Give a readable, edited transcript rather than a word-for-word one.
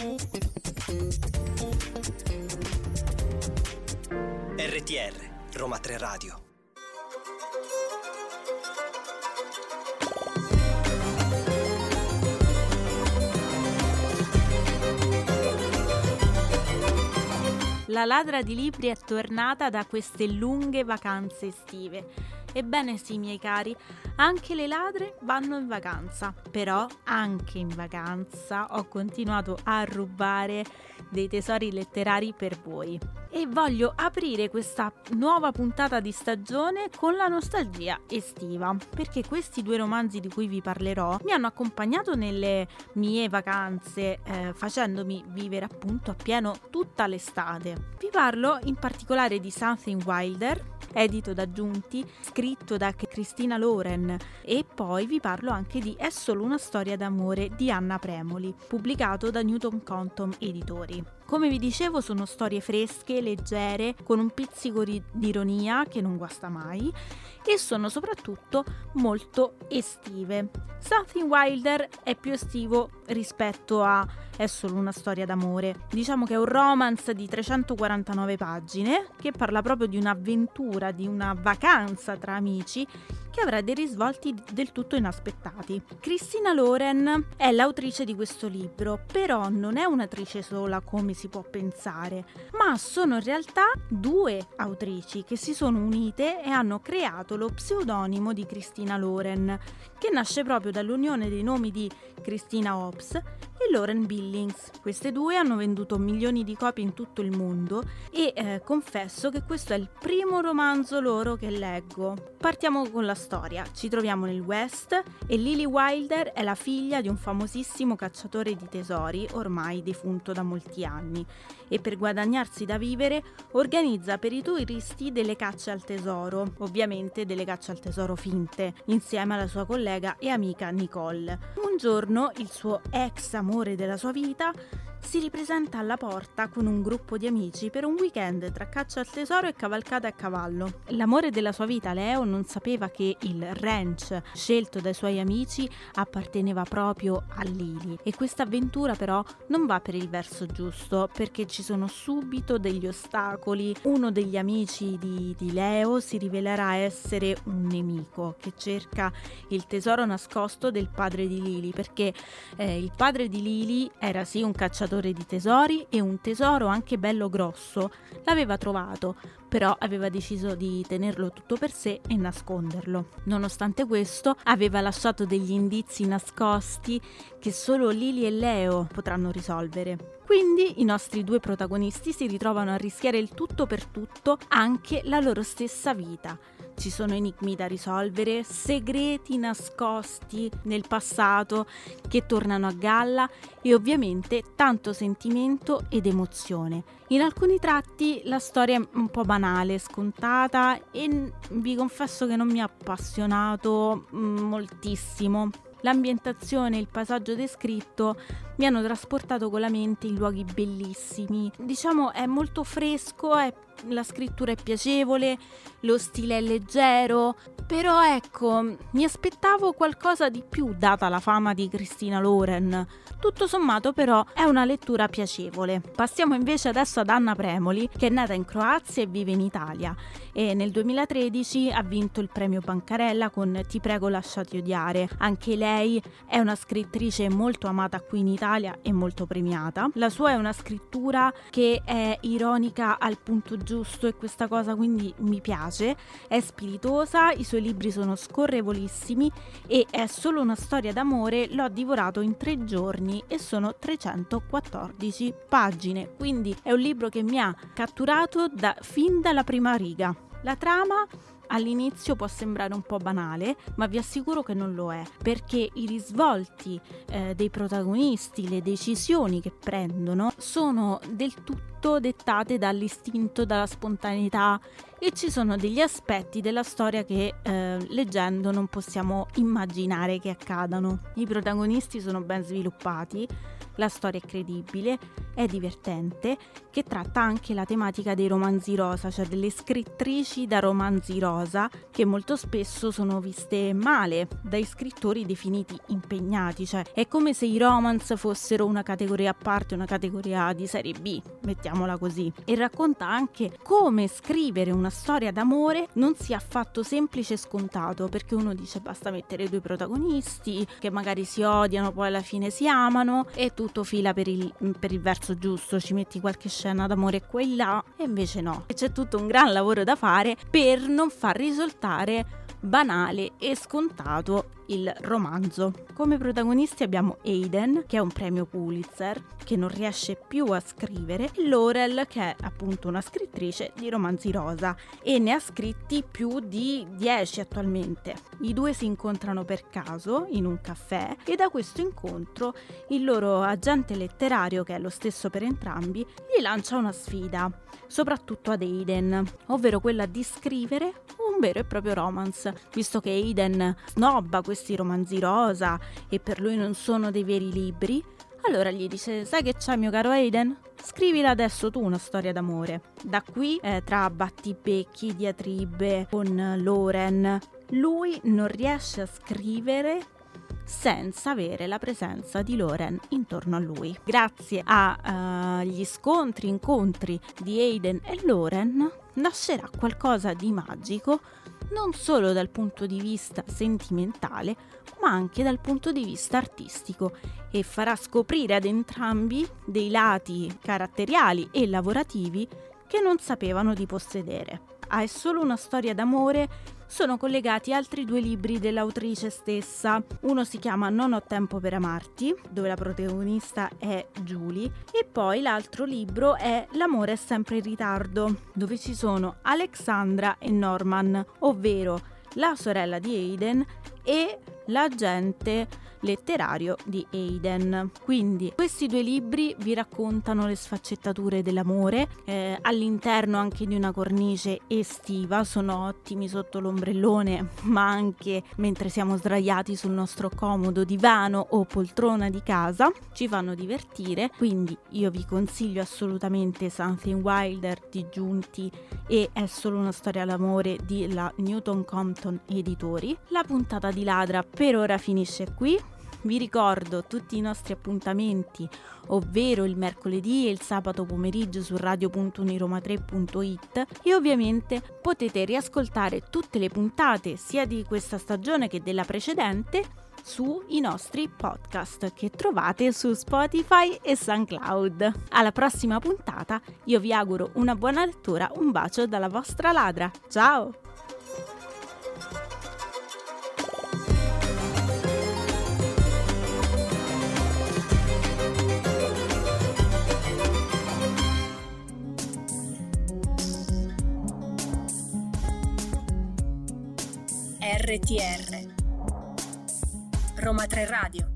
RTR, Roma 3 Radio. La ladra di libri è tornata da queste lunghe vacanze estive. Ebbene sì, miei cari, anche le ladre vanno in vacanza. Però anche in vacanza ho continuato a rubare dei tesori letterari per voi. E voglio aprire questa nuova puntata di stagione con la nostalgia estiva, perché questi due romanzi di cui vi parlerò mi hanno accompagnato nelle mie vacanze, facendomi vivere appunto appieno tutta l'estate. Vi parlo in particolare di Something Wilder, edito da Giunti, scritto da Christina Lauren, e poi vi parlo anche di È solo una storia d'amore di Anna Premoli, pubblicato da Newton Compton Editori. Come vi dicevo, sono storie fresche, leggere, con un pizzico di ironia che non guasta mai, e sono soprattutto molto estive. Something Wilder è più estivo rispetto a È solo una storia d'amore. Diciamo che è un romance di 349 pagine che parla proprio di un'avventura, di una vacanza tra amici che avrà dei risvolti del tutto inaspettati. Christina Lauren è l'autrice di questo libro, però non è un'autrice sola come si può pensare, ma sono in realtà due autrici che si sono unite e hanno creato lo pseudonimo di Christina Lauren, che nasce proprio dall'unione dei nomi di Christina Hobbs e Lauren Billings. Queste due hanno venduto milioni di copie in tutto il mondo e confesso che questo è il primo romanzo loro che leggo. Partiamo con la storia. Ci troviamo nel West e Lily Wilder è la figlia di un famosissimo cacciatore di tesori, ormai defunto da molti anni, e per guadagnarsi da vivere organizza per i turisti delle cacce al tesoro, ovviamente delle cacce al tesoro finte, insieme alla sua collega e amica Nicole. Un giorno il suo ex amore della sua vita si ripresenta alla porta con un gruppo di amici per un weekend tra caccia al tesoro e cavalcata a cavallo. L'amore della sua vita, Leo, non sapeva che il ranch scelto dai suoi amici apparteneva proprio a Lily, e questa avventura però non va per il verso giusto, perché ci sono subito degli ostacoli. Uno degli amici di Leo si rivelerà essere un nemico che cerca il tesoro nascosto del padre di Lily, perché il padre di Lily era sì un cacciatore di tesori, e un tesoro anche bello grosso l'aveva trovato, però aveva deciso di tenerlo tutto per sé e nasconderlo. Nonostante questo, aveva lasciato degli indizi nascosti che solo Lily e Leo potranno risolvere. Quindi i nostri due protagonisti si ritrovano a rischiare il tutto per tutto, anche la loro stessa vita. Ci sono enigmi da risolvere, segreti nascosti nel passato che tornano a galla e ovviamente tanto sentimento ed emozione. In alcuni tratti la storia è un po' banale, scontata, e vi confesso che non mi ha appassionato moltissimo. L'ambientazione e il paesaggio descritto mi hanno trasportato con la mente in luoghi bellissimi. Diciamo è molto fresco, la scrittura è piacevole, lo stile è leggero, però ecco, mi aspettavo qualcosa di più data la fama di Christina Lauren. Tutto sommato però è una lettura piacevole. Passiamo invece adesso ad Anna Premoli, che è nata in Croazia e vive in Italia, e nel 2013 ha vinto il premio Bancarella con Ti prego lasciati odiare. Anche lei è una scrittrice molto amata qui in Italia e molto premiata. La sua è una scrittura che è ironica al punto giusto, e questa cosa quindi mi piace. È spiritosa, i suoi libri sono scorrevolissimi, e È solo una storia d'amore l'ho divorato in 3 giorni e sono 314 pagine, quindi è un libro che mi ha catturato fin dalla prima riga. La trama all'inizio può sembrare un po' banale, ma vi assicuro che non lo è, perché i risvolti dei protagonisti, le decisioni che prendono sono del tutto dettate dall'istinto, dalla spontaneità e ci sono degli aspetti della storia che leggendo non possiamo immaginare che accadano. I protagonisti sono ben sviluppati, la storia è credibile, è divertente, che tratta anche la tematica dei romanzi rosa, cioè delle scrittrici da romanzi rosa che molto spesso sono viste male dai scrittori definiti impegnati, cioè è come se i romance fossero una categoria a parte, una categoria di serie B, mettiamola così, e racconta anche come scrivere una storia d'amore non sia affatto semplice e scontato, perché uno dice basta mettere due protagonisti che magari si odiano, poi alla fine si amano e tutto fila per il verso giusto, ci metti qualche scena d'amore qua e là, e invece no, e c'è tutto un gran lavoro da fare per non far risultare banale e scontato il romanzo. Come protagonisti abbiamo Aiden, che è un premio Pulitzer, che non riesce più a scrivere, e Laurel, che è appunto una scrittrice di romanzi rosa e ne ha scritti più di 10 attualmente. I due si incontrano per caso in un caffè e da questo incontro il loro agente letterario, che è lo stesso per entrambi, gli lancia una sfida, soprattutto ad Aiden, ovvero quella di scrivere un vero e proprio romance, visto che Aiden snobba questi romanzi rosa e per lui non sono dei veri libri. Allora gli dice: sai che c'è, mio caro Aiden? Scrivila adesso tu una storia d'amore. Da qui, tra battibecchi, diatribe con Lauren, lui non riesce a scrivere senza avere la presenza di Lauren intorno a lui. Grazie agli incontri di Aiden e Lauren nascerà qualcosa di magico, non solo dal punto di vista sentimentale, ma anche dal punto di vista artistico, e farà scoprire ad entrambi dei lati caratteriali e lavorativi che non sapevano di possedere. È solo una storia d'amore sono collegati altri due libri dell'autrice stessa. Uno si chiama Non ho tempo per amarti, dove la protagonista è Julie, e poi l'altro libro è L'amore è sempre in ritardo, dove ci sono Alexandra e Norman, ovvero la sorella di Aiden e l'agente letterario di Aiden. Quindi questi due libri vi raccontano le sfaccettature dell'amore all'interno anche di una cornice estiva. Sono ottimi sotto l'ombrellone, ma anche mentre siamo sdraiati sul nostro comodo divano o poltrona di casa, ci fanno divertire. Quindi io vi consiglio assolutamente Something Wilder di Giunti e È solo una storia d'amore di la Newton Compton Editori. La puntata di Ladra per ora finisce qui. Vi ricordo tutti i nostri appuntamenti, ovvero il mercoledì e il sabato pomeriggio su radio.uniroma3.it, e ovviamente potete riascoltare tutte le puntate sia di questa stagione che della precedente sui nostri podcast che trovate su Spotify e SoundCloud. Alla prossima puntata, io vi auguro una buona lettura, un bacio dalla vostra Ladra, ciao! RTR Roma 3 Radio.